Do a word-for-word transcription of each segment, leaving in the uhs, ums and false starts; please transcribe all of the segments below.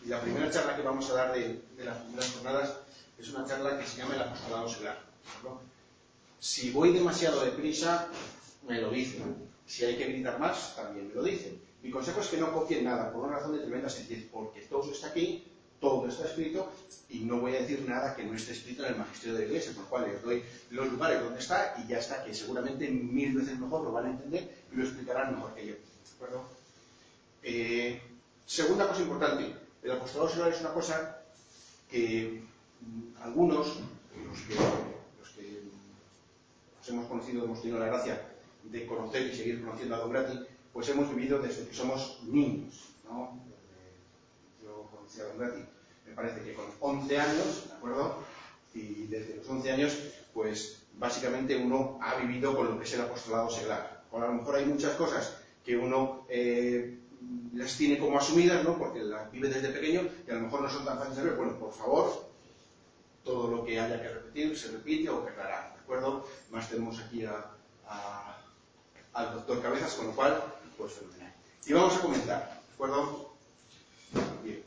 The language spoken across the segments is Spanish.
Y la primera charla que vamos a dar de, de las primeras jornadas es una charla que se llama el apostolado seglar, ¿no? Si voy demasiado deprisa, me lo dicen. Si hay que gritar más, también me lo dicen. Mi consejo es que no copien nada, por una razón de tremenda sencillez, porque todo está aquí, todo está escrito, y no voy a decir nada que no esté escrito en el magisterio de la Iglesia, por lo cual les doy los lugares donde está, y ya está, que seguramente mil veces mejor lo van a entender y lo explicarán mejor que yo. ¿De acuerdo? Eh, segunda cosa importante, el apostolado seglar es una cosa que mmm, algunos, los que, los que nos hemos conocido, hemos tenido la gracia de conocer y seguir conociendo a Don Grati, pues hemos vivido desde que somos niños, ¿no? Yo conocí a Don Grati, me parece que con once años, ¿de acuerdo? Y desde los once años, pues básicamente uno ha vivido con lo que es el apostolado seglar. Ahora, a lo mejor hay muchas cosas que uno eh, las tiene como asumidas, ¿no? Porque las vive desde pequeño y a lo mejor no son tan fáciles de ver. Bueno, por favor, todo lo que haya que repetir se repite o que aclarar, ¿de acuerdo? Más tenemos aquí a, a, al doctor Cabezas, con lo cual, pues fenomenal. Y vamos a comentar, ¿de acuerdo? Bien.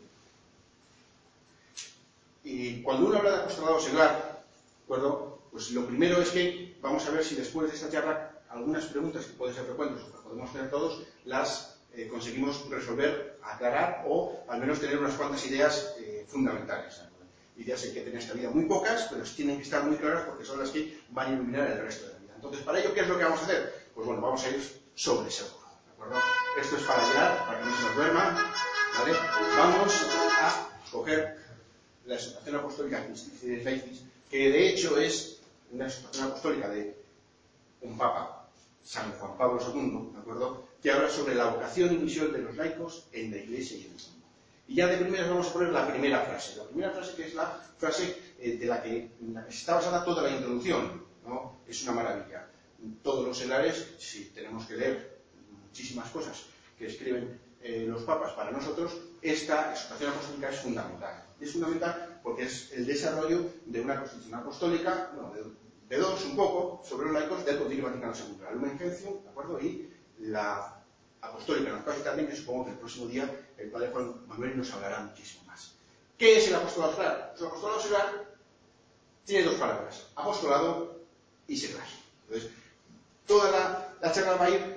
Y cuando uno habla de apostolado seglar, ¿de acuerdo? Pues lo primero es que vamos a ver si después de esta charla algunas preguntas que pueden ser frecuentes o que podemos tener todos, las eh, conseguimos resolver, aclarar o al menos tener unas cuantas ideas eh, fundamentales, ¿no? Ideas hay que tener en esta vida muy pocas, pero tienen que estar muy claras porque son las que van a iluminar el resto de la vida. Entonces, ¿para ello qué es lo que vamos a hacer? Pues bueno, vamos a ir sobre seguro, ¿de acuerdo? Esto es para llegar, para que no se nos duerma, ¿vale? Vamos a coger la exhortación apostólica Christifides Laicis, que de hecho es una exhortación apostólica de un papa, San Juan Pablo segundo, ¿de acuerdo?, que habla sobre la vocación y misión de los laicos en la Iglesia y en el mundo. Y ya de primeras vamos a poner la primera frase, la primera frase que es la frase eh, de la que, en la que está basada toda la introducción, ¿no? Es una maravilla. Todos los seglares, si tenemos que leer muchísimas cosas que escriben eh, los papas para nosotros, esta exhortación apostólica es fundamental. Es fundamental porque es el desarrollo de una constitución apostólica, bueno, de, de dos un poco, sobre los laicos del Concilio Vaticano segundo, la Lumen Gentium, ¿de acuerdo? Y la apostólica nos pasa también, que supongo que el próximo día el padre Juan Manuel nos hablará muchísimo más. ¿Qué es el apostolado seglar? El apostolado seglar tiene dos palabras, apostolado y seglar. Entonces, toda la, la charla va a ir,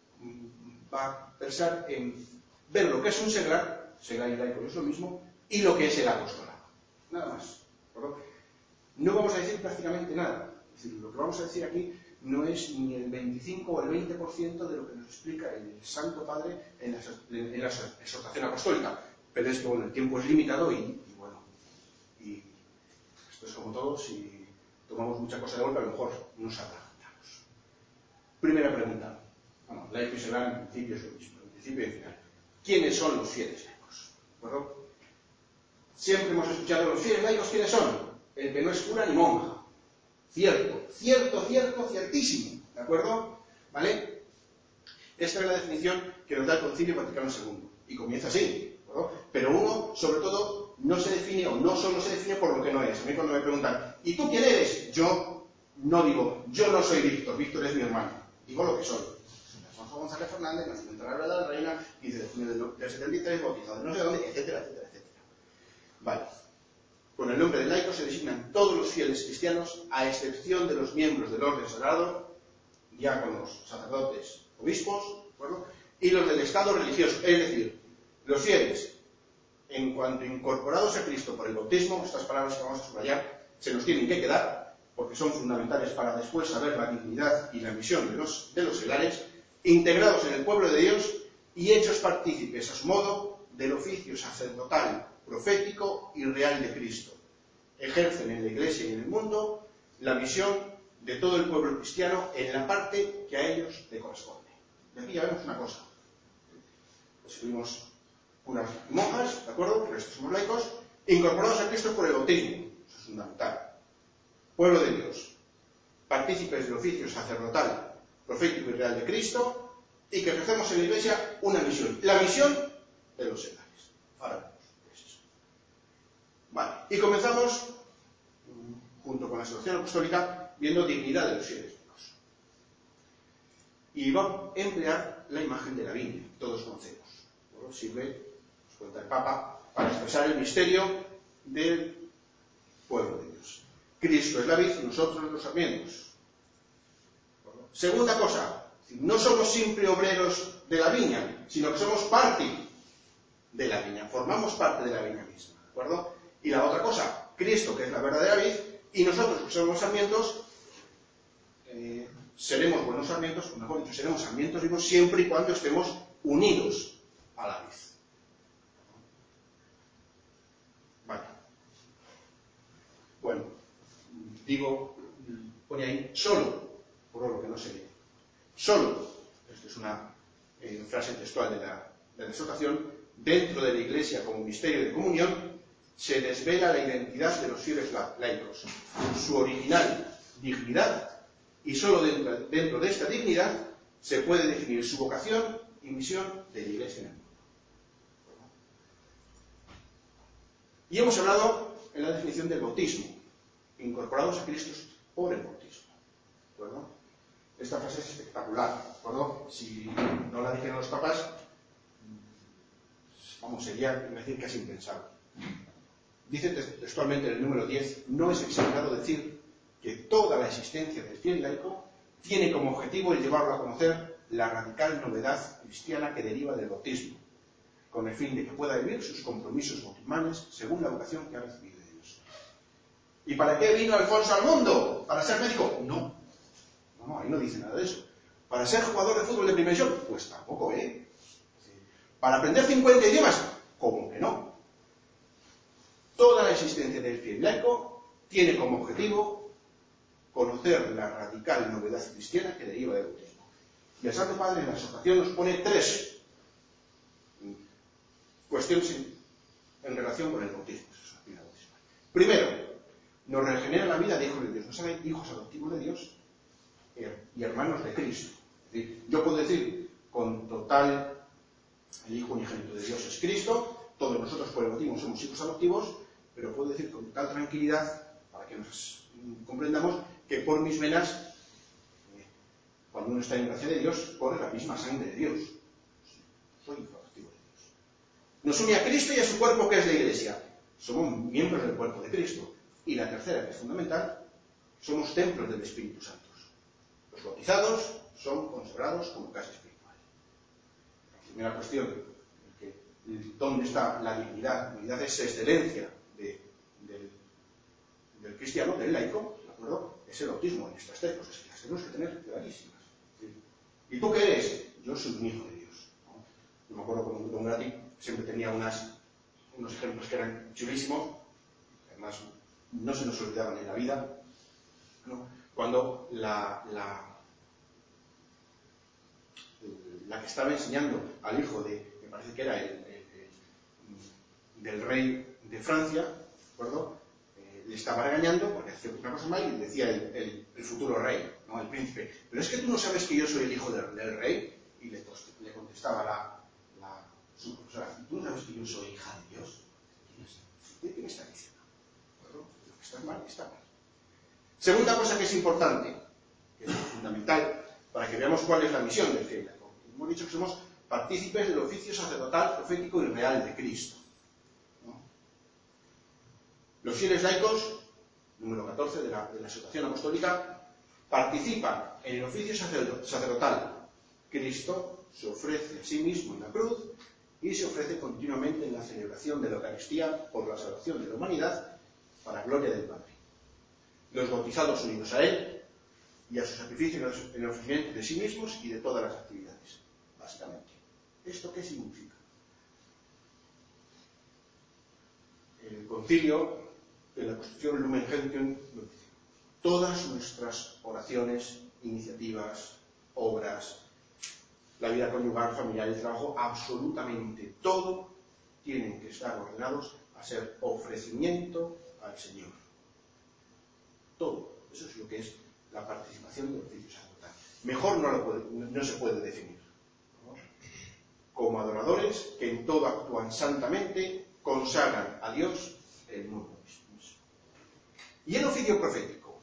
va a pensar en ver lo que es un seglar, seglar y laico es lo mismo, y lo que es el apostolado. Nada más. ¿Verdad? No vamos a decir prácticamente nada. Es decir, lo que vamos a decir aquí no es ni el veinticinco o el veinte por ciento de lo que nos explica el Santo Padre en la, en la exhortación apostólica. Pero es que bueno, el tiempo es limitado y, y bueno, y esto es como todo, si tomamos mucha cosa de golpe, a lo mejor nos atragantamos. Primera pregunta. Bueno, laico y seglar en principio es lo mismo, en principio y en final. ¿Quiénes son los fieles laicos? ¿De acuerdo? Siempre hemos escuchado los fieles laicos, ¿quiénes son? El que no es cura ni monja. Cierto, cierto, cierto, ciertísimo. ¿De acuerdo? ¿Vale? Esta es la definición que nos da el Concilio Vaticano segundo. Y comienza así, ¿de acuerdo? Pero uno, sobre todo, no se define o no solo se define por lo que no es. A mí cuando me preguntan, ¿y tú quién eres? Yo no digo, yo no soy Víctor, Víctor es mi hermano. Digo lo que soy. Alfonso González Fernández, nacido en Talavera de la Reina, quince de junio del setenta y tres, bautizado de no sé dónde, etcétera, etcétera, etcétera. Vale. Con el nombre de laico se designan todos los fieles cristianos, a excepción de los miembros del orden sagrado, diáconos, sacerdotes, obispos, ¿de acuerdo?, y los del Estado religioso, es decir, los fieles, en cuanto incorporados a Cristo por el bautismo, estas palabras que vamos a subrayar, se nos tienen que quedar, porque son fundamentales para después saber la dignidad y la misión de los, de los seglares, integrados en el pueblo de Dios y hechos partícipes a su modo del oficio sacerdotal, profético y real de Cristo. Ejercen en la Iglesia y en el mundo la misión de todo el pueblo cristiano en la parte que a ellos le corresponde. Y aquí ya vemos una cosa. Escribimos unas monjas, ¿de acuerdo? Pero estos somos laicos, incorporados a Cristo por el bautismo. Eso es fundamental. Pueblo de Dios, partícipes del oficio sacerdotal, profético y real de Cristo, y que ejercemos en la Iglesia una misión. La misión de los seglares. Ahora vemos qué es eso. Vale, y comenzamos, junto con la exhortación apostólica, viendo dignidad de los fieles laicos. Y vamos a emplear la imagen de la viña, que todos conocemos. Bueno, sirve, nos cuenta el Papa, para expresar el misterio del pueblo de Dios. Cristo es la vid, nosotros los sarmientos. Segunda cosa, no somos siempre obreros de la viña, sino que somos parte de la viña, formamos parte de la viña misma, ¿de acuerdo? Y la otra cosa, Cristo, que es la verdadera vid, y nosotros, que somos sarmientos, eh, seremos buenos sarmientos, o mejor dicho, seremos sarmientos vivos siempre y cuando estemos unidos a la vid. Vale. Bueno, digo, pone ahí, solo, por lo que no se lee, solo, esta es una eh, frase textual de la, de la exhortación, dentro de la Iglesia como misterio de comunión, se desvela la identidad de los fieles laicos, su original dignidad, y solo dentro, dentro de esta dignidad se puede definir su vocación y misión de la Iglesia en el mundo. Y hemos hablado en la definición del bautismo, incorporados a Cristo por el bautismo. ¿De acuerdo? Esta frase es espectacular, ¿de acuerdo? Si no la dijeron los papas, vamos, sería decir casi impensable. Dice textualmente en el número diez, no es exagerado decir que toda la existencia del fiel laico tiene como objetivo el llevarlo a conocer la radical novedad cristiana que deriva del bautismo, con el fin de que pueda vivir sus compromisos bautismales según la vocación que ha recibido de Dios. ¿Y para qué vino Alfonso al mundo? ¿Para ser médico? No. No, no, ahí no dice nada de eso. ¿Para ser jugador de fútbol de primera división? Pues tampoco, ¿eh? ¿Para aprender cincuenta idiomas? ¿Cómo que no? Toda la existencia del fiel laico tiene como objetivo conocer la radical novedad cristiana que deriva del bautismo. Y el Santo Padre en la exhortación nos pone tres cuestiones en, en relación con el bautismo. Primero, nos regenera la vida de hijos de Dios. Nos hace hijos adoptivos de Dios y hermanos de Cristo. Es decir, yo puedo decir con total, el Hijo unigénito de Dios es Cristo, todos nosotros por el bautismo somos hijos adoptivos, pero puedo decir con total tranquilidad, para que nos comprendamos, que por mis venas, eh, cuando uno está en gracia de Dios, corre la misma sangre de Dios. Soy hijo adoptivo de Dios. Nos une a Cristo y a su cuerpo, que es la Iglesia. Somos miembros del cuerpo de Cristo. Y la tercera, que es fundamental, somos templos del Espíritu Santo. Los bautizados son consagrados como casa espiritual. La primera cuestión, que, ¿dónde está la dignidad? La dignidad es excelencia de, del, del cristiano, del laico, ¿de acuerdo? Es el bautismo en estas tres cosas, que las tenemos que tener clarísimas. ¿Y tú qué eres? Yo soy un hijo de Dios, ¿no? Yo me acuerdo con Don Grati, siempre tenía unas, unos ejemplos que eran chulísimos, además no se nos olvidaban en la vida, ¿no? Cuando la, la, la que estaba enseñando al hijo de, me parece que era el, el, el del rey de Francia, ¿de acuerdo? Eh, le estaba regañando porque hacía una cosa mal y decía el, el, el futuro rey, ¿no? El príncipe. Pero es que tú no sabes que yo soy el hijo del, del rey. Y le, le contestaba la, la su profesora, ¿tú no sabes que yo soy hija de Dios? ¿Qué me está diciendo? Bueno, lo que está mal, está mal. Segunda cosa que es importante, que es fundamental, para que veamos cuál es la misión del fiel laico. Hemos dicho que somos partícipes del oficio sacerdotal, profético y real de Cristo, ¿no? Los fieles laicos, número catorce de la, de la exhortación apostólica, participan en el oficio sacerdotal. Cristo se ofrece a sí mismo en la cruz y se ofrece continuamente en la celebración de la Eucaristía por la salvación de la humanidad para gloria del Padre. Los bautizados unidos a Él y a su sacrificio en el ofrecimiento de sí mismos y de todas las actividades. Básicamente. ¿Esto qué significa? El concilio de la Constitución Lumen Gentium lo dice. Todas nuestras oraciones, iniciativas, obras, la vida conyugal, familiar, el trabajo, absolutamente todo tienen que estar ordenados a ser ofrecimiento al Señor. Todo. Eso es lo que es la participación del oficio sacerdotal. Mejor no, lo puede, no se puede definir, ¿no? Como adoradores que en todo actúan santamente, consagran a Dios el mundo mismo. Y el oficio profético.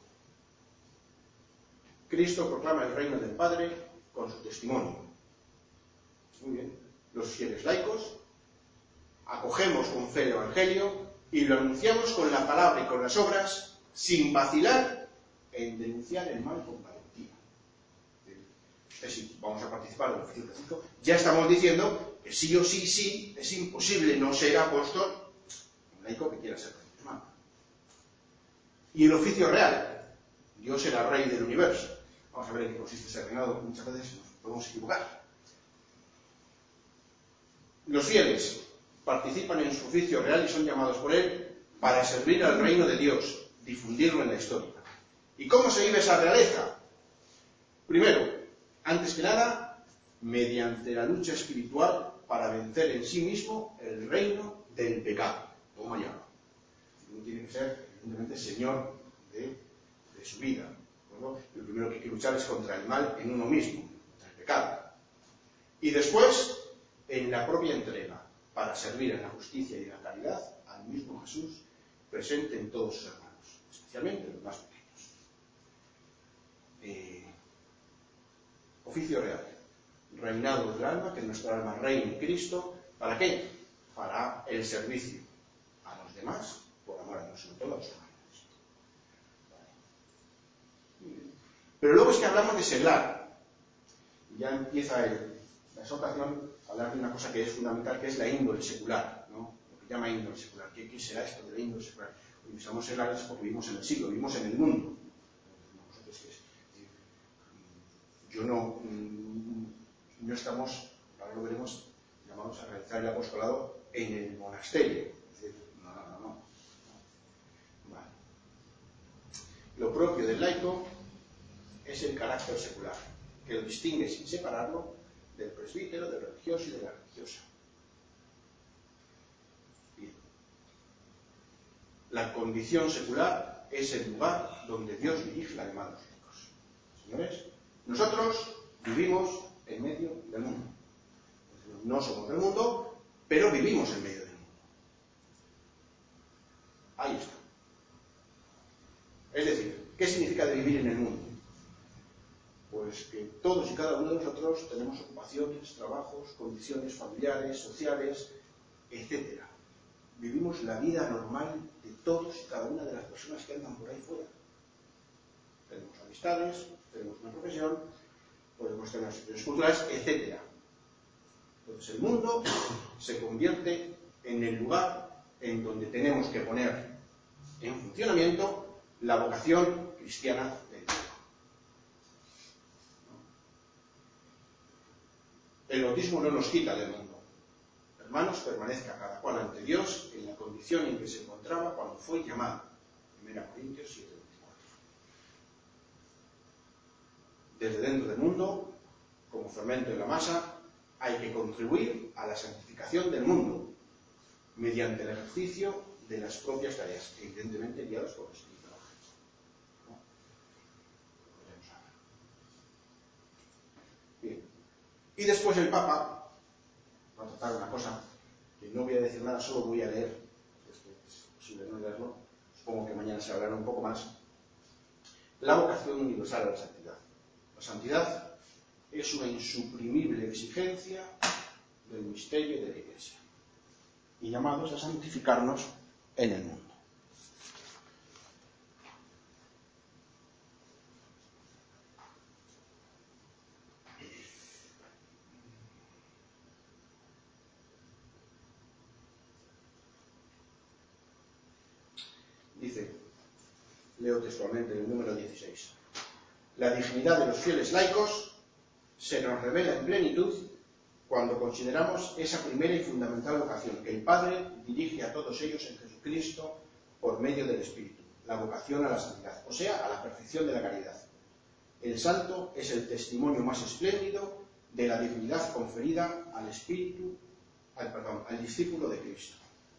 Cristo proclama el reino del Padre con su testimonio. Muy bien. Los fieles laicos acogemos con fe el Evangelio y lo anunciamos con la palabra y con las obras, sin vacilar en denunciar el mal con valentía. Es decir, vamos a participar del oficio eclesiástico, ya estamos diciendo que sí o sí, sí, es imposible no ser apóstol, un laico que quiera ser hermano. Y el oficio real, Dios era rey del universo. Vamos a ver en qué consiste ese reinado, muchas veces nos podemos equivocar. Los fieles participan en su oficio real y son llamados por él para servir al reino de Dios, difundirlo en la historia. ¿Y cómo se vive esa realeza? Primero, antes que nada, mediante la lucha espiritual para vencer en sí mismo el reino del pecado. Toma ya. Uno tiene que ser, evidentemente, señor de, de su vida. ¿No? Lo primero que hay que luchar es contra el mal en uno mismo, contra el pecado. Y después, en la propia entrega, para servir en la justicia y en la caridad al mismo Jesús, presente en todos sus hermanos, especialmente en los más pequeños. Eh, oficio real, reinado del alma, que nuestra alma reine en Cristo. ¿Para qué? Para el servicio a los demás, por amor a Dios, sobre todo a los hermanos. Pero luego es que hablamos de seglar. Ya empieza el, la exhortación a hablar de una cosa que es fundamental, que es la índole secular, ¿no? Lo que llama índole secular. ¿Qué, qué será esto de la índole secular? Porque estamos seglares porque vivimos en el siglo, vivimos en el mundo. Yo no, no estamos, ahora lo veremos, llamados a realizar el apostolado en el monasterio. Es decir, no, no, no, no. Vale. Lo propio del laico es el carácter secular, que lo distingue sin separarlo del presbítero, del religioso y de la religiosa. Bien. La condición secular es el lugar donde Dios dirige la demanda de los laicos. Señores, nosotros vivimos en medio del mundo. No somos del mundo, pero vivimos en medio del mundo. Ahí está. Es decir, ¿qué significa de vivir en el mundo? Pues que todos y cada uno de nosotros tenemos ocupaciones, trabajos, condiciones familiares, sociales, etcétera. Vivimos la vida normal de todos y cada una de las personas que andan por ahí fuera. Tenemos amistades, tenemos una profesión, podemos tener situaciones culturales, etcétera. Entonces el mundo se convierte en el lugar en donde tenemos que poner en funcionamiento la vocación cristiana del laico. El bautismo no nos quita del mundo. Hermanos, permanezca cada cual ante Dios en la condición en que se encontraba cuando fue llamado. primera Corintios siete veinticuatro. Desde dentro del mundo, como fermento en la masa, hay que contribuir a la santificación del mundo mediante el ejercicio de las propias tareas, evidentemente guiados por el Espíritu Evangelista. ¿No? Lo veremos ahora. Bien. Y después el Papa va a tratar una cosa que no voy a decir nada, solo voy a leer, es posible no leerlo, supongo que mañana se hablará un poco más. La vocación universal a la santidad. La santidad es una insuprimible exigencia del misterio de la Iglesia y llamados a santificarnos en el mundo. Dice, leo textualmente el número dieciséis, la dignidad de los fieles laicos se nos revela en plenitud cuando consideramos esa primera y fundamental vocación que el Padre dirige a todos ellos en Jesucristo por medio del Espíritu, la vocación a la santidad, o sea, a la perfección de la caridad. El santo es el testimonio más espléndido de la dignidad conferida al Espíritu, al, perdón, al discípulo de Cristo.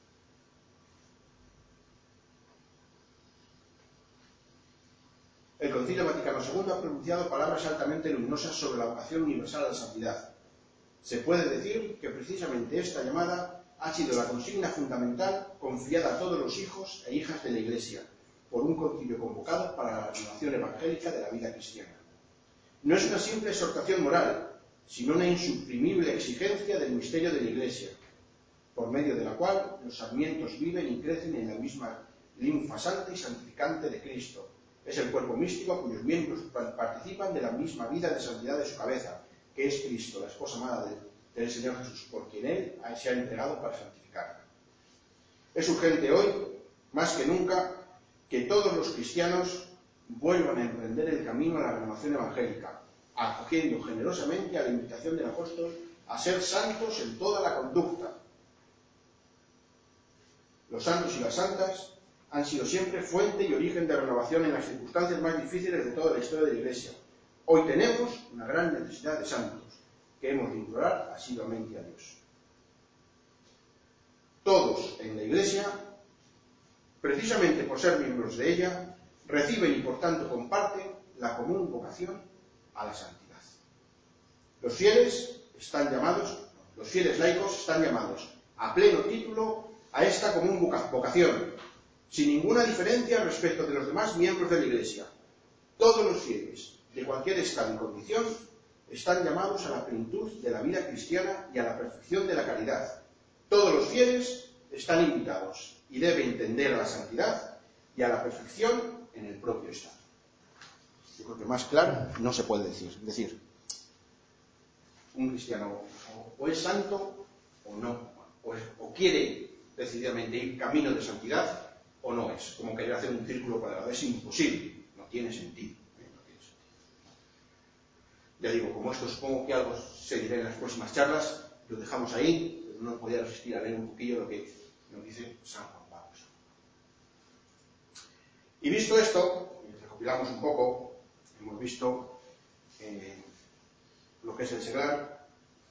El Concilio Vaticano segundo ha pronunciado palabras altamente luminosas sobre la vocación universal a la santidad. Se puede decir que precisamente esta llamada ha sido la consigna fundamental confiada a todos los hijos e hijas de la Iglesia por un concilio convocado para la renovación evangélica de la vida cristiana. No es una simple exhortación moral, sino una insuprimible exigencia del misterio de la Iglesia. por medio de la cual los sarmientos viven y crecen en la misma linfa santa y santificante de Cristo. Es el cuerpo místico cuyos miembros participan de la misma vida de santidad de su cabeza, que es Cristo, la esposa amada de, del Señor Jesús, por quien Él se ha entregado para santificarla. Es urgente hoy, más que nunca, que todos los cristianos vuelvan a emprender el camino a la renovación evangélica, acogiendo generosamente a la invitación del apóstol a ser santos en toda la conducta. Los santos y las santas han sido siempre fuente y origen de renovación en las circunstancias más difíciles de toda la historia de la Iglesia. Hoy tenemos una gran necesidad de santos, que hemos de implorar asiduamente a Dios. Todos en la Iglesia, precisamente por ser miembros de ella, reciben y por tanto comparten la común vocación a la santidad. Los fieles están llamados, los fieles laicos están llamados a pleno título a esta común vocación, sin ninguna diferencia respecto de los demás miembros de la Iglesia. Todos los fieles, de cualquier estado y condición, están llamados a la plenitud de la vida cristiana y a la perfección de la caridad. Todos los fieles están invitados y deben tender a la santidad y a la perfección en el propio estado. Yo creo que más claro no se puede decir. Es decir, un cristiano o es santo o no, o, es, o quiere decididamente ir camino de santidad o no es, como querer hacer un círculo cuadrado. Es imposible, no tiene sentido. ¿eh? No tiene sentido. Ya digo, como esto supongo que algo se dirá en las próximas charlas, lo dejamos ahí, pero no podía resistir a leer un poquillo lo que nos dice San Juan Pablo. Y visto esto, recopilamos un poco, hemos visto eh, lo que es el seglar,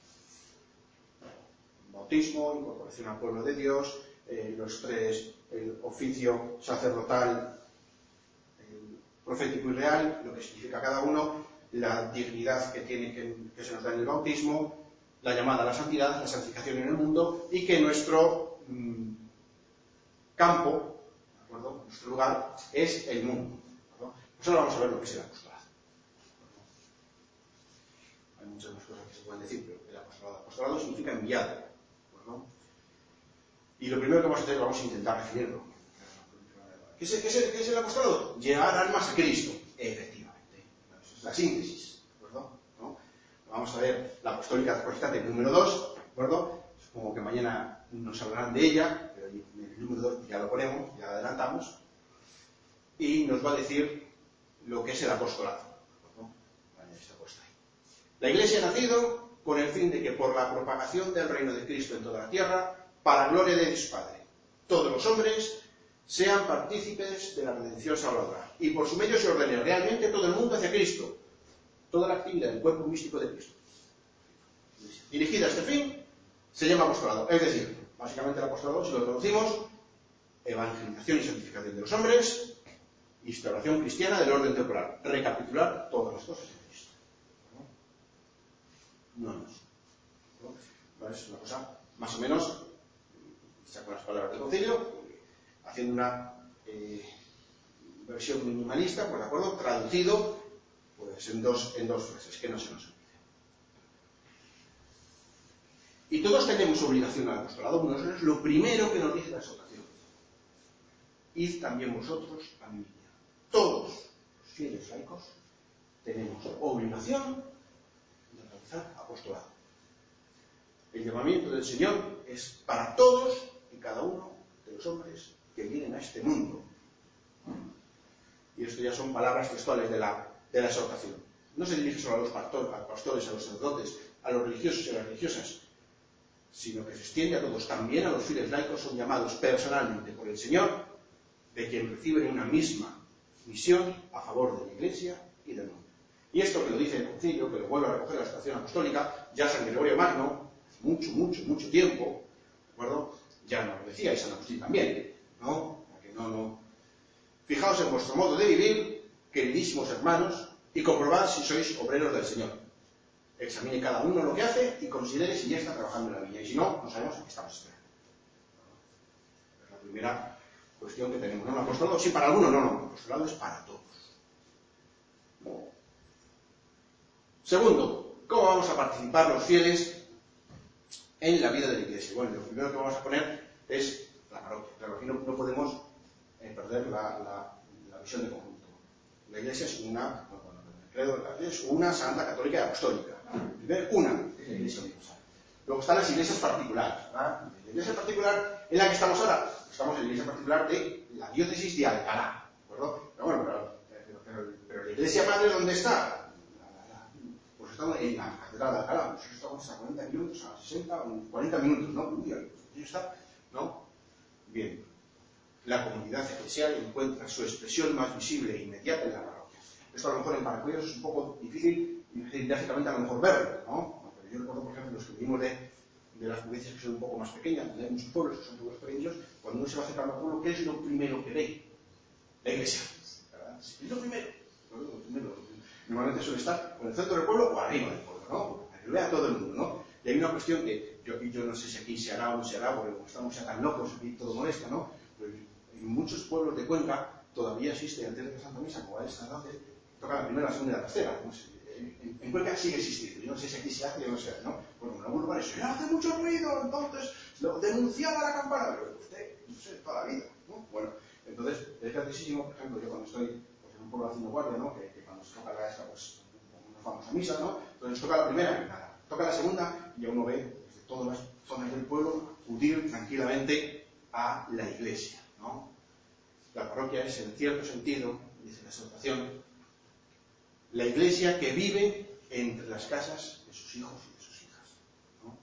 bautismo, incorporación al pueblo de Dios, eh, los tres, el oficio sacerdotal, el profético y real, lo que significa cada uno, la dignidad que tiene que, que se nos da en el bautismo, la llamada a la santidad, la santificación en el mundo, y que nuestro mmm, campo, ¿de acuerdo? Nuestro lugar es el mundo. Pues ahora vamos a ver lo que es el apostolado. Hay muchas más cosas que se pueden decir, pero el apostolado, apostolado significa enviado, ¿no? Y lo primero que vamos a hacer, vamos a intentar definirlo. ¿Qué es, qué es, el, qué es el apostolado? Llevar almas a Cristo, efectivamente. Esa es la síntesis, ¿de acuerdo? ¿No? Vamos a ver la apostólica constante número dos, ¿de acuerdo? Supongo que mañana nos hablarán de ella, pero en el número dos ya lo ponemos, ya lo adelantamos, y nos va a decir lo que es el apostolado. ¿No? Vale, está puesto ahí. La Iglesia ha nacido con el fin de que por la propagación del reino de Cristo en toda la tierra, para gloria de Dios Padre, todos los hombres sean partícipes de la redención salvadora, y por su medio se ordene realmente todo el mundo hacia Cristo, toda la actividad del cuerpo místico de Cristo. Dirigida a este fin, se llama apostolado. Es decir, básicamente el apostolado, si lo traducimos, evangelización y santificación de los hombres, instauración cristiana del orden temporal, recapitular todas las cosas en Cristo. No, no, no. ¿Vale? Es una cosa más o menos, saco las palabras del concilio, haciendo una eh, versión minimalista, pues de acuerdo, traducido pues en dos, en dos frases, que no se nos olvide. Y todos tenemos obligación al apostolado. Bueno, eso es lo primero que nos dice la exhortación. Id también vosotros a mi vida. Todos los fieles laicos tenemos obligación de realizar apostolado. El llamamiento del Señor es para todos y cada uno de los hombres que vienen a este mundo. Y esto ya son palabras textuales de la, de la exhortación. No se dirige solo a los pastores, a los pastores, a los sacerdotes, a los religiosos y a las religiosas, sino que se extiende a todos. También a los fieles laicos son llamados personalmente por el Señor, de quien reciben una misma misión a favor de la Iglesia y del mundo. Y esto que lo dice el concilio, que lo vuelve a recoger la exhortación apostólica, ya San Gregorio Magno, hace mucho, mucho, mucho tiempo, ¿de acuerdo? Ya nos lo decía, y San Agustín también, ¿no? Que no, no. Fijaos en vuestro modo de vivir, queridísimos hermanos, y comprobad si sois obreros del Señor. Examine cada uno lo que hace y considere si ya está trabajando en la viña. Y si no, no sabemos a qué estamos esperando. Es la primera cuestión que tenemos. ¿No? El apostolado, sí, para algunos, no, no. El apostolado es para todos. Segundo, ¿cómo vamos a participar los fieles en la vida de la Iglesia. Bueno, lo primero que vamos a poner es la parroquia. Claro, aquí no, no podemos eh, perder la, la, la visión de conjunto. La Iglesia es una, bueno, el credo de la Iglesia es una santa, católica y apostólica. Primero, una, es la Iglesia universal. Luego están las iglesias particulares, ¿verdad? La iglesia particular en la que estamos ahora, estamos en la iglesia particular de la diócesis de Alcalá, ¿de acuerdo? Pero bueno, pero, pero, pero, pero la iglesia madre, ¿dónde está? Pues estamos en la catedral de Alcalá, nosotros estamos a cuarenta minutos, a sesenta, o cuarenta minutos, ¿no? Uy, ahí está, ¿no? Bien, la comunidad eclesial encuentra su expresión más visible e inmediata en la parroquia. Esto a lo mejor en Paracuellos es un poco difícil, didácticamente a lo mejor verlo, ¿no? Yo recuerdo, por ejemplo, los que venimos de, de las provincias que son un poco más pequeñas, donde hay muchos pueblos que son pueblos pequeños, cuando uno se va acercando al pueblo, ¿qué es lo primero que ve? La iglesia, ¿verdad? Es lo primero. Lo primero. Normalmente suele estar en el centro del pueblo o arriba del pueblo, ¿no? Para que lo vea todo el mundo, ¿no? Y hay una cuestión que yo, yo no sé si aquí se hará o no se hará, porque como estamos ya tan locos, aquí todo molesta, ¿no? Pero en muchos pueblos de Cuenca todavía existe, antes de la Santa Misa, como va el sacerdote, toca la primera, la segunda y la tercera, no sé. En, en Cuenca sigue existiendo, yo no sé si aquí se hace o no se hace, ¿no? Bueno, en algunos lugares se hace mucho ruido, entonces lo denunciaba la campana, pero usted, no sé, toda la vida, ¿no? Bueno, entonces es graciosísimo, por ejemplo, yo cuando estoy pues, en un pueblo haciendo guardia, ¿no? Que, que cuando se toca la esta, pues nos vamos a misa, ¿no? Entonces toca la primera y nada, toca la segunda y ya uno ve desde todas las zonas del pueblo acudir tranquilamente a la iglesia, ¿no? La parroquia es, en cierto sentido, dice la exhortación, la iglesia que vive entre las casas de sus hijos y de sus hijas, ¿no?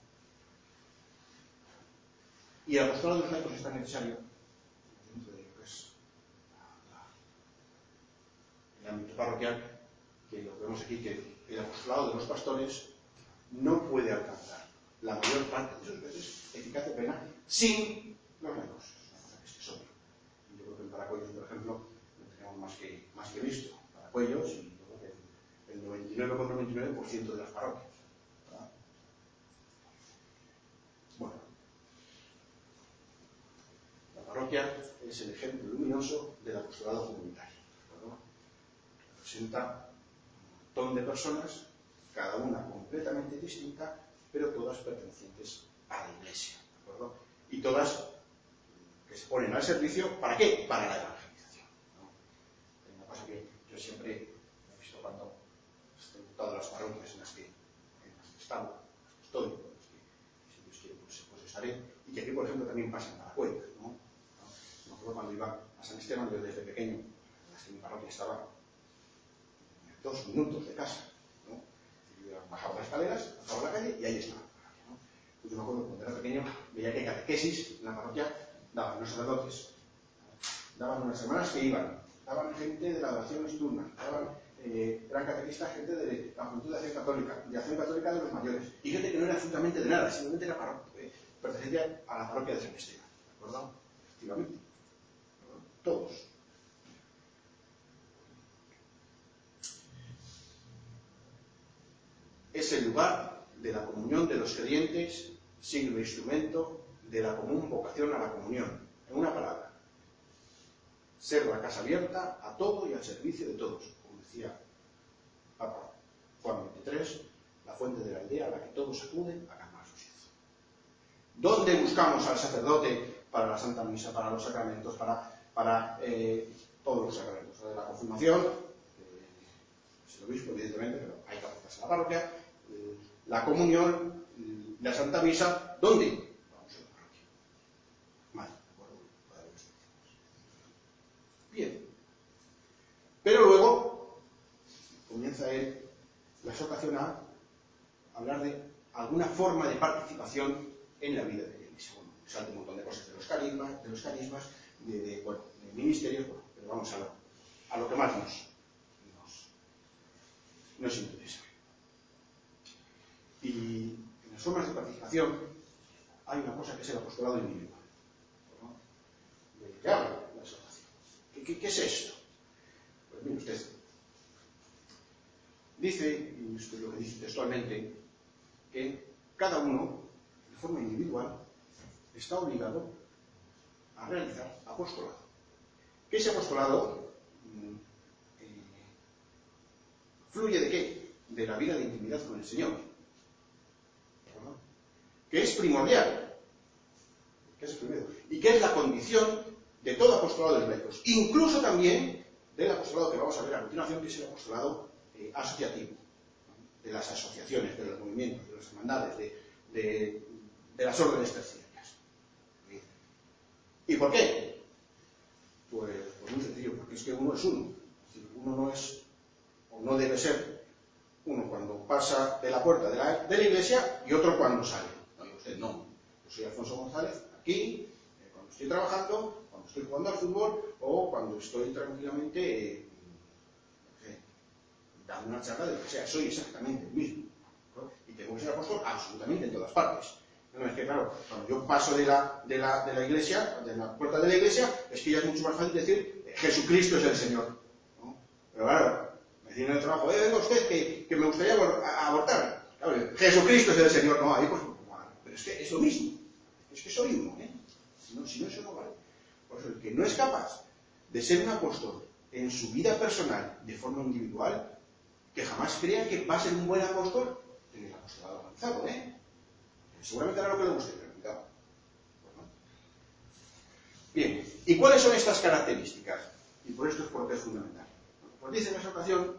Y el apostolado de los laicos es tan necesario dentro de lo que es la, la, el ámbito parroquial, que lo que vemos aquí, que el apostolado de los pastores no puede alcanzar la mayor parte de sus veces eficacia plena sin los laicos. Es una cosa que es obvio. Yo creo que en Paracuellos, por ejemplo, lo tenemos más que, más que visto. Paracuellos y el noventa y nueve coma noventa y nueve por ciento de las parroquias, ¿verdad? Bueno, la parroquia es el ejemplo luminoso del apostolado comunitario, ¿verdad? Representa un montón de personas, cada una completamente distinta, pero todas pertenecientes a la Iglesia, ¿de acuerdo? Y todas que se ponen al servicio, ¿para qué? Para la evangelización, ¿no? Hay una cosa que yo siempre he visto cuando estoy en todas las parroquias en las que, en las que estamos, en las que estoy, en las que, si Dios quiere, pues, pues estaré, y que aquí, por ejemplo, también pasa en Paracuellos, ¿no? Me acuerdo cuando iba a San Esteban, yo desde pequeño, en las que mi parroquia estaba a dos minutos de casa, ¿no? Y yo bajaba las escaleras, bajaba la calle y ahí estaba la parroquia, ¿no? Pues yo me acuerdo cuando era pequeño, veía que catequesis en la parroquia daban los sacerdotes, daban unas hermanas que iban, daban gente de la oración nocturna, daban eh, eran catequistas gente de la juventud de acción católica, de acción católica de los mayores, y gente que no era absolutamente de nada, simplemente era parroquia, eh, pertenecía a la parroquia de San Esteban, ¿de acuerdo? Efectivamente, ¿verdad? Todos. Es el lugar de la comunión de los creyentes, signo e instrumento de la común vocación a la comunión. En una palabra, ser la casa abierta a todo y al servicio de todos, como decía Papa Juan veintitrés, la fuente de la aldea a la que todos acuden a calmar su sed. ¿Dónde buscamos al sacerdote para la Santa Misa, para los sacramentos, para, para eh, todos los sacramentos? De la confirmación, eh, es el obispo, evidentemente, pero hay que aportarse a la parroquia, eh, la comunión, eh, la Santa Misa, ¿dónde? Vamos a la parroquia. Vale, de acuerdo, para los bien. Pero luego comienza él la exhortación a hablar de alguna forma de participación en la vida de la Iglesia. Bueno, salta un montón de cosas de los carismas, de los carismas, de, de, bueno, de ministerios, bueno, pero vamos a lo, a lo que más nos, nos, nos interesa. Y en las formas de participación hay una cosa que es el apostolado individual, ¿no? De que habla la exhortación. ¿Qué, qué, ¿Qué es esto? Pues mire usted. Dice, y esto es lo que dice textualmente, que cada uno, de forma individual, está obligado a realizar apostolado. ¿Qué ese apostolado eh, fluye de qué? De la vida de intimidad con el Señor. ¿No? que es primordial, que es primero, y que es la condición de todo apostolado de los laicos, incluso también del apostolado que vamos a ver a continuación, que es el apostolado eh, asociativo, ¿no? De las asociaciones, de los movimientos, de las hermandades, de, de, de las órdenes terciarias. ¿Y por qué? Pues, pues muy sencillo, porque es que uno es uno. Es decir, uno no es, o no debe ser, uno cuando pasa de la puerta de la, de la iglesia y otro cuando sale. No, y usted no. Yo soy Alfonso González, aquí, eh, cuando estoy trabajando, cuando estoy jugando al fútbol o cuando estoy tranquilamente eh, eh, dando una charla de lo que sea. Soy exactamente el mismo, ¿no? Y tengo que ser apóstol absolutamente en todas partes. No, es que claro, cuando yo paso de la, de, la, de la iglesia, de la puerta de la iglesia, es que ya es mucho más fácil decir eh, Jesucristo es el Señor, ¿no? Pero claro, me dicen en el trabajo, eh, venga usted que, que me gustaría abortar. Claro, Jesucristo es el Señor, no, ahí pues, bueno, pero es que es lo mismo, es que soy uno, ¿eh? Si no, si no eso no vale. Por eso el que no es capaz de ser un apóstol en su vida personal de forma individual, que jamás crea que va a ser un buen apóstol en el apostolado avanzado, ¿eh? Seguramente hará lo que le guste, pero cuidado. Bueno. Bien, ¿y cuáles son estas características? Y por esto es porque es fundamental. Pues dice en esa ocasión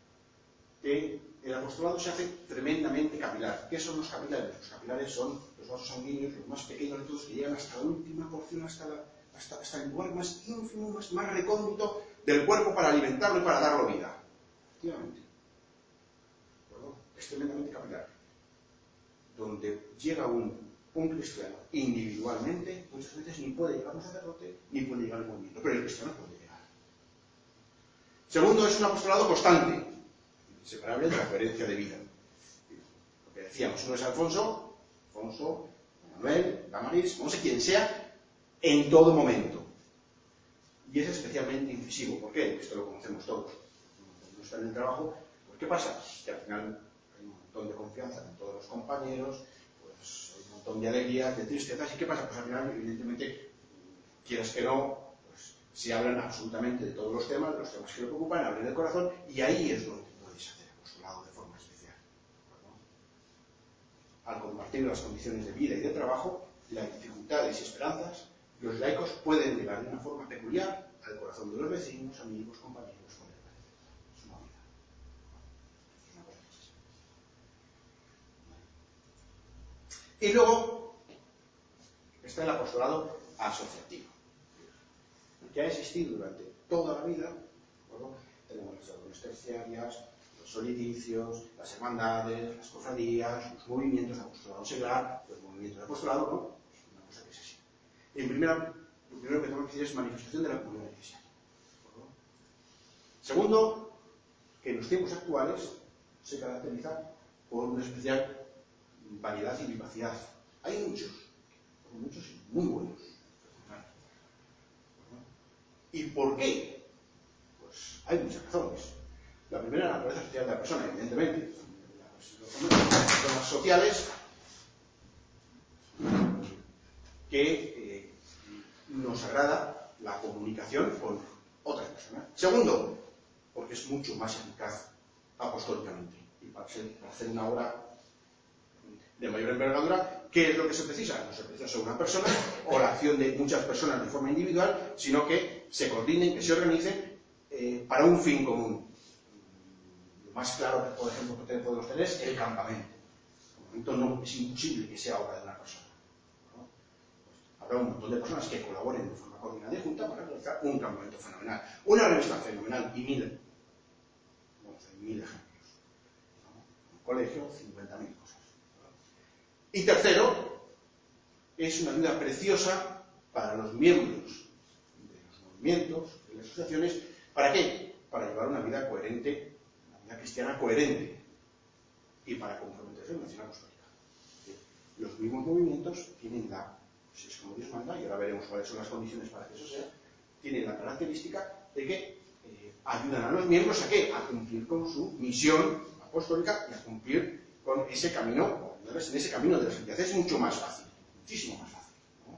que el apostolado se hace tremendamente capilar. ¿Qué son los capilares? Los capilares son los vasos sanguíneos, los más pequeños de todos, que llegan hasta la última porción, hasta, la, hasta, hasta el lugar más ínfimo, más, más recóndito del cuerpo para alimentarlo y para darlo vida. Efectivamente. Bueno, es tremendamente capilar. Donde llega un, un cristiano individualmente, muchas veces ni puede llegar un sacerdote, ni puede llegar un movimiento, pero el cristiano puede llegar. Segundo, es un apostolado constante, inseparable de la coherencia de vida. Lo que decíamos, uno es Alfonso, Alfonso, Manuel, Damaris, no sé quién sea, en todo momento. Y es especialmente incisivo. ¿Por qué? Esto lo conocemos todos. Cuando uno está en el trabajo, pues ¿qué pasa? Que al final hay un montón de confianza en todos los compañeros, pues hay un montón de alegrías, de tristezas, ¿y qué pasa? Pues al final, evidentemente, quieras que no, pues se hablan absolutamente de todos los temas, de los temas que le preocupan, abren el corazón, y ahí es donde puedes hacer apostolado de forma especial. ¿No? Al compartir las condiciones de vida y de trabajo, las dificultades y esperanzas, los laicos pueden llegar de una forma peculiar al corazón de los vecinos, amigos, compañeros, colegas. Es una vida. Es una cosa que se... Y luego está el apostolado asociativo, que ha existido durante toda la vida. Bueno, tenemos las órdenes terciarias, los solidicios, las hermandades, las cofradías, los movimientos de apostolado seglar, los movimientos de apostolado, ¿no? Es una cosa que es así. En primera, lo primero que tenemos que decir es manifestación de la comunión eclesial. Segundo, que en los tiempos actuales se caracteriza por una especial variedad y vivacidad. Hay muchos, muchos muy buenos. ¿Y por qué? Pues hay muchas razones. La primera, la naturaleza social de la persona, evidentemente. Las personas sociales que eh, nos agrada la comunicación con otras personas. Segundo, porque es mucho más eficaz apostólicamente. Y para, ser, para hacer una obra de mayor envergadura, ¿qué es lo que se precisa? No se precisa solo una persona o la acción de muchas personas de forma individual, sino que se coordinen, que se organicen eh, para un fin común. Lo más claro que, por ejemplo, que podemos tener es el campamento. El campamento no es imposible que sea obra de una persona. ¿No? Pues habrá un montón de personas que colaboren de forma coordinada y junta para realizar un campamento fenomenal. Una revista fenomenal y mil, bueno, hay mil ejemplos. ¿No? Un colegio, cincuenta mil cosas. Y tercero, es una ayuda preciosa para los miembros de los movimientos, de las asociaciones. ¿Para qué? Para llevar una vida coherente, una vida cristiana coherente y para comprometerse en la acción apostólica. Los mismos movimientos tienen la, si es como Dios manda, y ahora veremos cuáles son las condiciones para que eso sea, tienen la característica de que eh, ayudan a los miembros a qué? A cumplir con su misión apostólica y a cumplir con ese camino. En ese camino de la santidad es mucho más fácil, muchísimo más fácil, ¿no?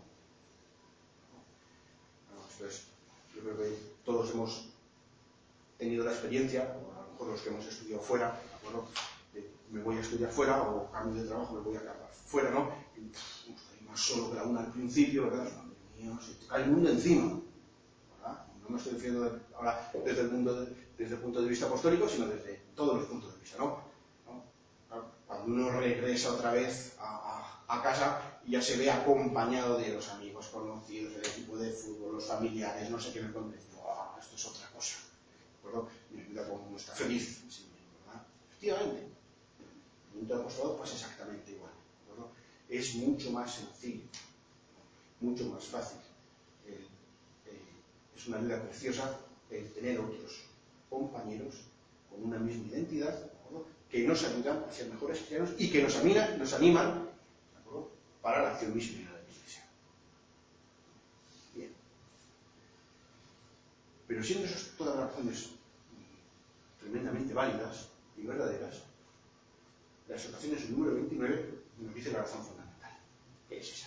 ¿No? Entonces, yo creo que todos hemos tenido la experiencia, o a lo mejor los que hemos estudiado fuera, ¿de acuerdo?, de me voy a estudiar fuera o cambio de trabajo, me voy a acabar fuera, ¿no? Y, pff, estoy más solo que la una al principio, ¿verdad? Madre mía, se te cae el mundo encima, ¿verdad? No me estoy refiriendo ahora desde el, mundo de, desde el punto de vista apostólico, sino desde todos los puntos de vista, ¿no? ¿No? Cuando uno regresa otra vez a, a, a casa y ya se ve acompañado de los amigos conocidos, el equipo de fútbol, los familiares, no sé qué me conté. ¡Oh, esto es otra cosa! ¿De acuerdo? Me ayuda como uno está feliz, sí, ¿verdad? Efectivamente. El mundo de apostolado pasa exactamente igual. ¿De acuerdo? Es mucho más sencillo, mucho más fácil. Eh, eh, es una ayuda preciosa el tener otros compañeros con una misma identidad, ¿de acuerdo?, que nos ayudan a ser mejores cristianos y que nos, amina, nos animan, ¿de acuerdo?, para la acción misionera de la Iglesia. Bien. Pero siendo esas todas las razones tremendamente válidas y verdaderas, la exhortación en su número veintinueve nos dice la razón fundamental. ¿Qué es esa?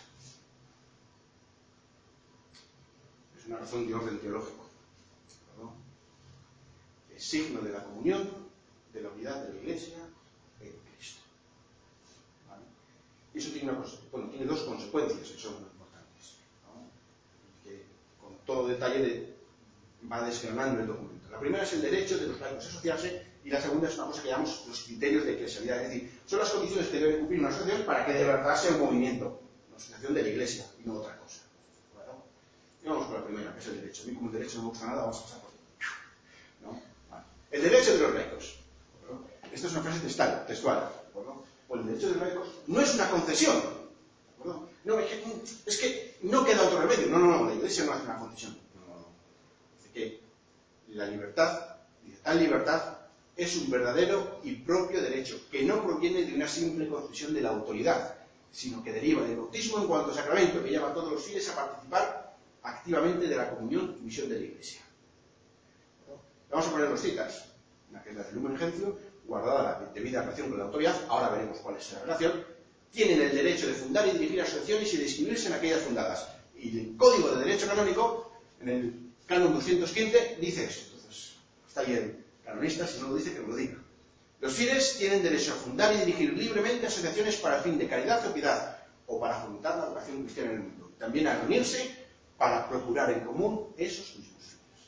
Es una razón de orden teológico, ¿no? Es signo de la comunión, de la unidad de la Iglesia en Cristo. ¿Vale? Y eso tiene, una cosa, bueno, tiene dos consecuencias que son muy importantes, ¿no?, que con todo detalle de, va desgranando el documento. La primera es el derecho de los laicos a asociarse, y la segunda es una cosa que llamamos los criterios de eclesialidad, es decir, son las condiciones que debe cumplir una asociación para que de verdad sea un movimiento, una asociación de la Iglesia y no otra cosa. Bueno, y vamos con la primera, que es el derecho. A mí como el derecho no me gusta nada, vamos a pasar por ahí. ¿No? Vale. El derecho de los laicos. ¿No? Esta es una frase textual, textual, ¿no? O el derecho de los laicos no es una concesión, ¿no? No, es que, es que no queda otro remedio. No, no, no, la Iglesia no hace una concesión. No, no, no. Dice que la libertad, dice, tal libertad es un verdadero y propio derecho, que no proviene de una simple concesión de la autoridad, sino que deriva del bautismo en cuanto sacramento, que llama a todos los fieles a participar activamente de la comunión y misión de la Iglesia. Vamos a poner dos citas. Una que es la del Lumen Gentium, guardada la debida relación con la autoridad, ahora veremos cuál es la relación. Tienen el derecho de fundar y dirigir asociaciones y de inscribirse en aquellas fundadas. Y el Código de Derecho Canónico, en el Canon doscientos quince, dice eso. Entonces, está ahí el canonista, si no lo dice, que me lo diga. Los fieles tienen derecho a fundar y dirigir libremente asociaciones para el fin de caridad o piedad, o para fomentar la vocación cristiana en el mundo. También a reunirse para procurar en común esos mismos fines.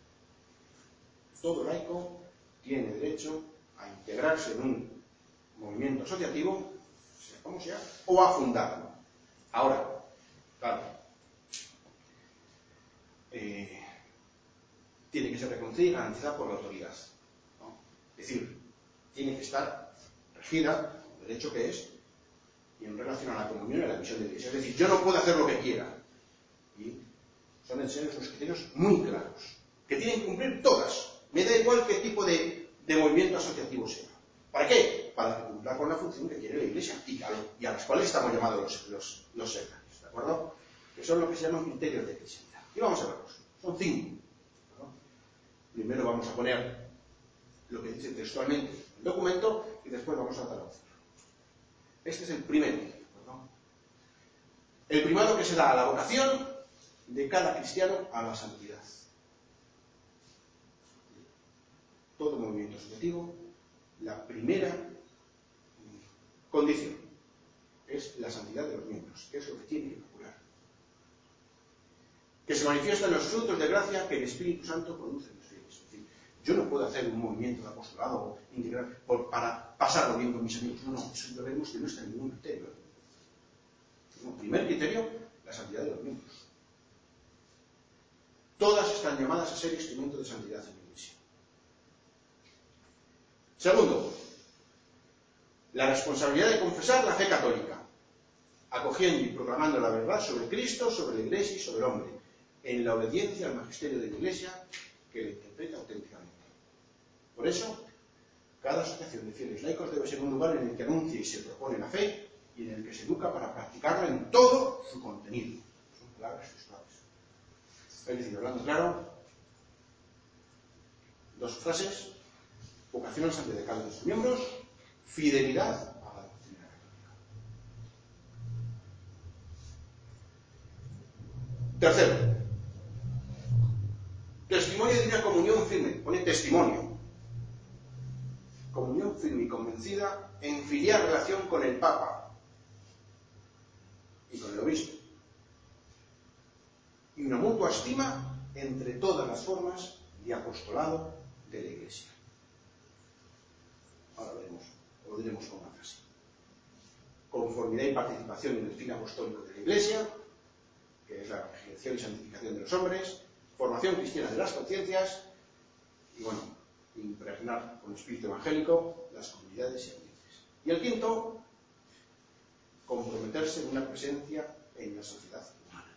Todo laico tiene derecho a integrarse en un movimiento asociativo, sea como sea, o a fundarlo. Ahora, claro, eh, tiene que ser reconocida y garantizada por la autoridad, ¿no? Es decir, tiene que estar regida, el derecho que es, y en relación a la comunión y a la misión de la Iglesia. Es decir, yo no puedo hacer lo que quiera. Y son en serio unos criterios muy claros, que tienen que cumplir todas. Me da igual qué tipo de, de movimiento asociativo sea. ¿Para qué? Para que cumpla con la función que quiere la Iglesia y a, lo, y a las cuales estamos llamados los, los, los sectarios, ¿de acuerdo? Que son lo que se llaman criterios de eclesialidad. Y vamos a verlos. Son cinco. ¿No? Primero vamos a poner lo que dice textualmente el documento y después vamos a traducirlo. Este es el primero, ¿no? El primado que se da a la vocación de cada cristiano a la santidad. Todo movimiento asociativo, la primera condición es la santidad de los miembros, que es lo que tiene que procurar. Que se manifiestan los frutos de gracia que el Espíritu Santo produce en los fieles. Es decir, yo no puedo hacer un movimiento de apostolado integral por, para pasarlo bien con mis amigos. No, no, eso vemos que no está en ningún criterio. Como primer criterio, la santidad de los miembros. Todas están llamadas a ser instrumento de santidad en la Iglesia. Segundo, la responsabilidad de confesar la fe católica, acogiendo y proclamando la verdad sobre Cristo, sobre la Iglesia y sobre el hombre, en la obediencia al magisterio de la Iglesia que le interpreta auténticamente. Por eso, cada asociación de fieles laicos debe ser un lugar en el que anuncia y se propone la fe y en el que se educa para practicarla en todo su contenido. Son palabras textuales. Es decir, hablando claro, dos frases: vocación al santo de cada uno de sus miembros, fidelidad a la doctrina católica. Tercero, testimonio de una comunión firme. Pone testimonio. comunión firme y convencida en filial relación con el Papa y con el obispo, y una mutua estima entre todas las formas de apostolado de la Iglesia. Ahora veremos, o lo diremos con una frase. Conformidad y participación en el fin apostólico de la Iglesia, que es la evangelización y santificación de los hombres, formación cristiana de las conciencias, y bueno, impregnar con espíritu evangélico las comunidades y ambientes. Y el quinto, comprometerse en una presencia en la sociedad humana.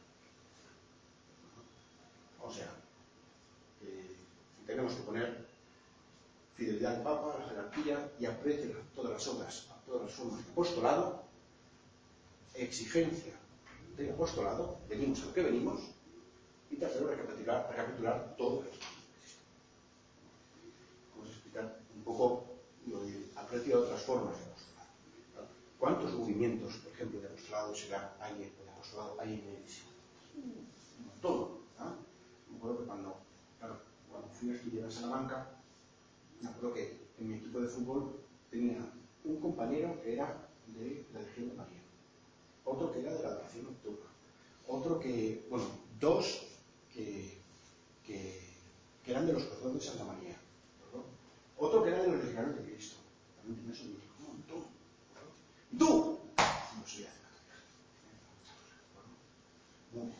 O sea, eh, tenemos que poner fidelidad al Papa, a la jerarquía y aprecio a todas las obras, a todas las formas de apostolado, exigencia del apostolado, venimos a lo que venimos, y tercero, recapitular, recapitular todo lo que existe. Vamos a explicar un poco lo de aprecio a otras formas de apostolado. ¿Cuántos movimientos, por ejemplo, de apostolado será hay, de apostolado hay en la Iglesia? Un montón. ¿Ah? Me acuerdo que cuando, claro, cuando fui a estudiar a Salamanca, me acuerdo que en mi equipo de fútbol tenía un compañero que era de la Legión de María, otro que era de la adoración nocturna, otro que, bueno, dos que, que, que eran de los corazones de Santa María, ¿no? Otro que era de los legionarios de Cristo, también tenía eso, un montón. ¿no? ¿Y tú? No soy de ¿no?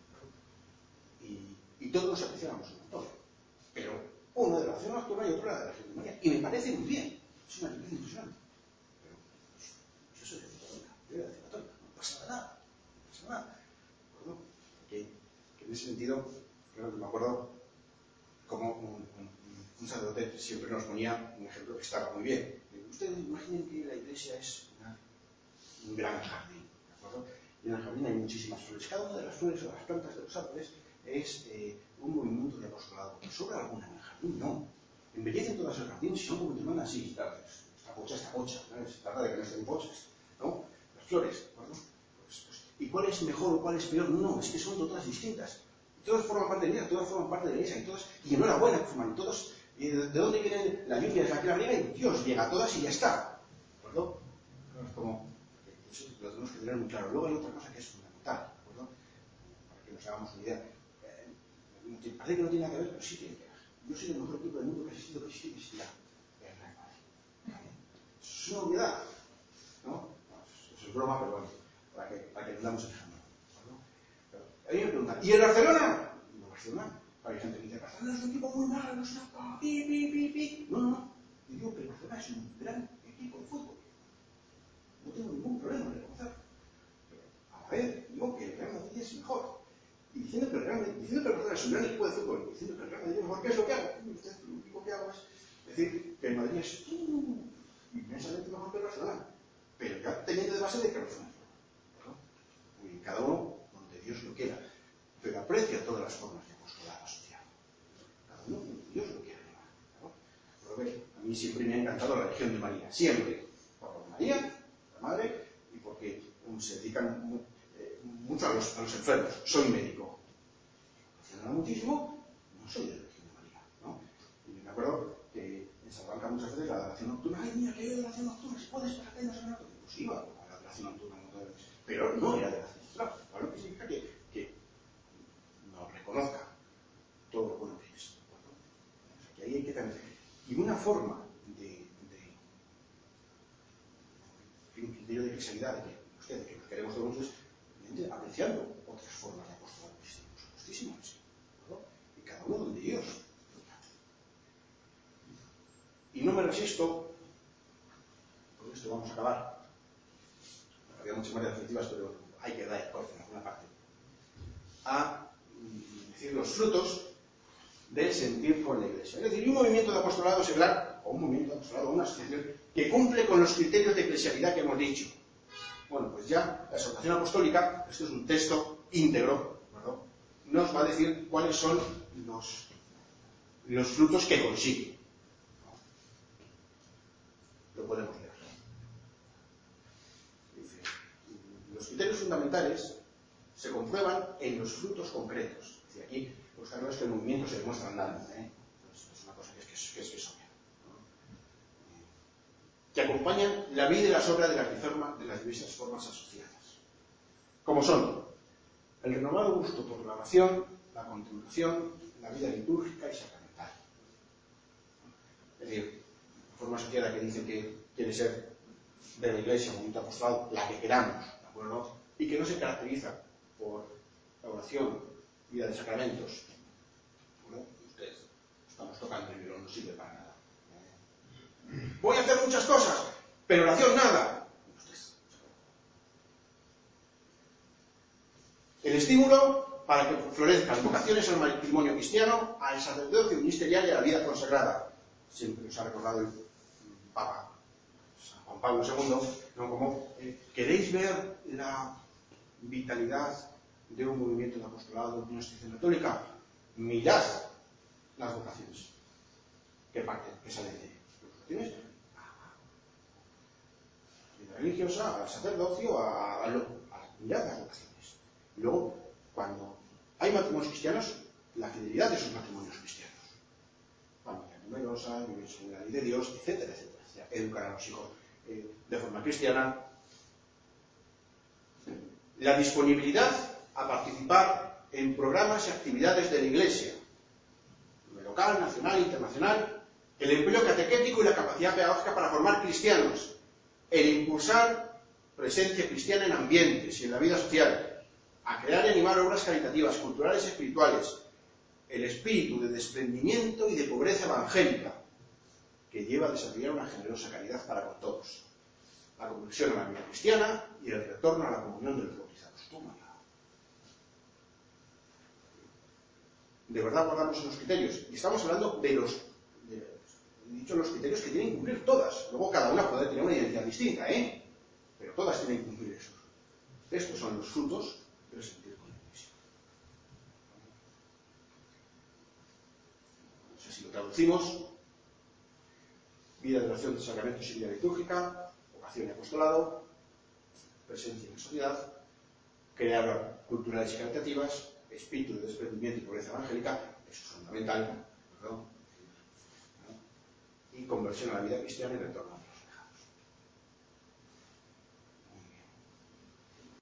y, y todos nos apreciábamos un montón, pero uno de la adoración nocturna y otro de la Legión de María, y me parece muy bien, es una diferencia impresionante, pero pues, yo soy de católica, yo era de católica, no pasa nada, no pasa nada, ¿de acuerdo? Que, que en ese sentido, creo que me acuerdo como un, un, un sacerdote siempre nos ponía un ejemplo que estaba muy bien. Ustedes imaginen que la iglesia es una, un gran jardín, ¿de acuerdo? Y en el jardín hay muchísimas flores. Cada una de las flores o de las plantas de los árboles es eh, un movimiento de apostolado. ¿Sobra alguna en el jardín? No. Embellecen todas el jardín, si son como tu hermana, sí, claro, esta pocha, esta pocha, ¿no? Se trata de que no estén pochas, ¿no? Las flores, ¿de acuerdo? Pues, pues, ¿y cuál es mejor o cuál es peor? No, es que son todas distintas. Todas forman parte de la vida, todas forman parte de la iglesia, y todas, y enhorabuena que forman, y todos, y de, ¿de dónde vienen las lluvias? Aquí la riega y Dios llega a todas y ya está. ¿De acuerdo? Es como, eso lo tenemos que tener muy claro. Luego hay otra cosa que es fundamental, ¿de acuerdo? Para que nos hagamos una idea. Eh, parece que no tiene nada que ver, pero sí tiene que ver. Yo soy el mejor equipo del mundo que ha existido, que existe, que existirá. El Real Madrid. Es una obviedad, ¿no? No, eso es broma, pero bueno, para que, para que entendamos el ejemplo. A mí me preguntan, ¿y el Barcelona? No, Barcelona. Hay gente que dice, Barcelona es un equipo muy malo, no es una... Pi, pi, pi, pi. No, no, no. Yo digo que el Barcelona es un gran equipo de fútbol. No tengo ningún problema en reconocerlo. Pero, a ver, digo que el Real Madrid es mejor. Y diciendo que el Real Madrid, diciendo que el Barcelona es un gran equipo de fútbol, y diciendo que el Real Madrid es mejor, ¿qué es lo que hago? Usted, lo único que hago es decir que el Madrid es uh, inmensamente mejor que el Barcelona. Pero ya teniendo de base de que el Barcelona es mejor. Y cada uno donde Dios lo quiera. Pero aprecia todas las formas de apostolado asociado. Cada uno donde Dios lo quiera llevar. ¿No? Pero ve, a mí siempre me ha encantado la Legión de María. Siempre. Por María, la Madre, y porque um, se dedican mu eh, mucho a los, a los enfermos. Soy médico. Haciéndola muchísimo, no soy de la Legión de María. ¿No? Y me acuerdo que en Salamanca muchas veces la adoración nocturna, ay, mira, que hay adoración nocturna, si puedes, para que no se me note. Pues iba a la adoración nocturna, pero no era de la adoración nocturna. Lo que significa que, que nos reconozca todo lo bueno que es. ¿De acuerdo? O sea, que ahí hay que tener. Y una forma de, de un criterio de eclesialidad, de que ustedes, que nos queremos todos, es evidentemente apreciando otras formas de apostolado cristiano, justísimas. Y cada uno donde Dios. Y no me resisto, con esto vamos a acabar. Había muchas más diapositivas, pero hay que dar corte en alguna parte. A decir los frutos del sentir con la Iglesia. Es decir, un movimiento de apostolado seglar, o un movimiento de apostolado, o una asociación, que cumple con los criterios de eclesialidad que hemos dicho. Bueno, pues ya la exhortación apostólica, esto es un texto íntegro, ¿verdad? Nos va a decir cuáles son los, los frutos que consigue. Lo podemos leer. Dice, los criterios fundamentales se comprueban en los frutos concretos. Es decir, aquí, pues claro, es que el movimiento se demuestra andando, ¿eh? Es una cosa que es que es, que es, que es obvia, ¿no? que acompañan la vida y las obras de las, de las diversas formas asociadas, como son el renovado gusto por la oración, la contemplación, la vida litúrgica y sacramental. Es decir, la forma asociada que dice que quiere ser de la Iglesia, movimiento apostolado, la que queramos, ¿de acuerdo? Y que no se caracteriza por la oración, vida de sacramentos. Bueno, ustedes estamos tocando el violón, no sirve para nada. Voy a hacer muchas cosas, pero oración nada. El estímulo para que florezcan vocaciones al matrimonio cristiano, al sacerdocio ministerial y a la vida consagrada. Siempre nos ha recordado el Papa San Juan Pablo segundo, ¿no? Como eh, ¿queréis ver la vitalidad de un movimiento de apostolado, de una institución católica? Mirad las vocaciones que parten, que salen de las vocaciones, vida religiosa, al sacerdocio, a, a, lo, a mirad las vocaciones. Y luego, cuando hay matrimonios cristianos, la fidelidad de esos matrimonios cristianos, familia numerosa, vivir según la ley de Dios, etcétera, etcétera, etcétera. Educar a los hijos eh, de forma cristiana. La disponibilidad a participar en programas y actividades de la Iglesia, local, nacional, internacional, el empleo catequético y la capacidad pedagógica para formar cristianos, el impulsar presencia cristiana en ambientes y en la vida social, a crear y animar obras caritativas, culturales y espirituales, el espíritu de desprendimiento y de pobreza evangélica, que lleva a desarrollar una generosa caridad para con todos, la conversión a la vida cristiana y el retorno a la comunión de los bautizados. Tómala. De verdad guardamos los criterios. Y estamos hablando de los, de, he dicho los criterios que tienen que cumplir todas. Luego cada una puede tener una identidad distinta, ¿eh? Pero todas tienen que cumplir eso. Estos son los frutos del sentir con la Iglesia. O sea, si lo traducimos, vida de oración, sacramentos y vida litúrgica, vocación y apostolado, presencia en la sociedad, crear culturales y caritativas, espíritu de desprendimiento y pobreza evangélica, eso es fundamental, ¿no? Y conversión a la vida cristiana y retorno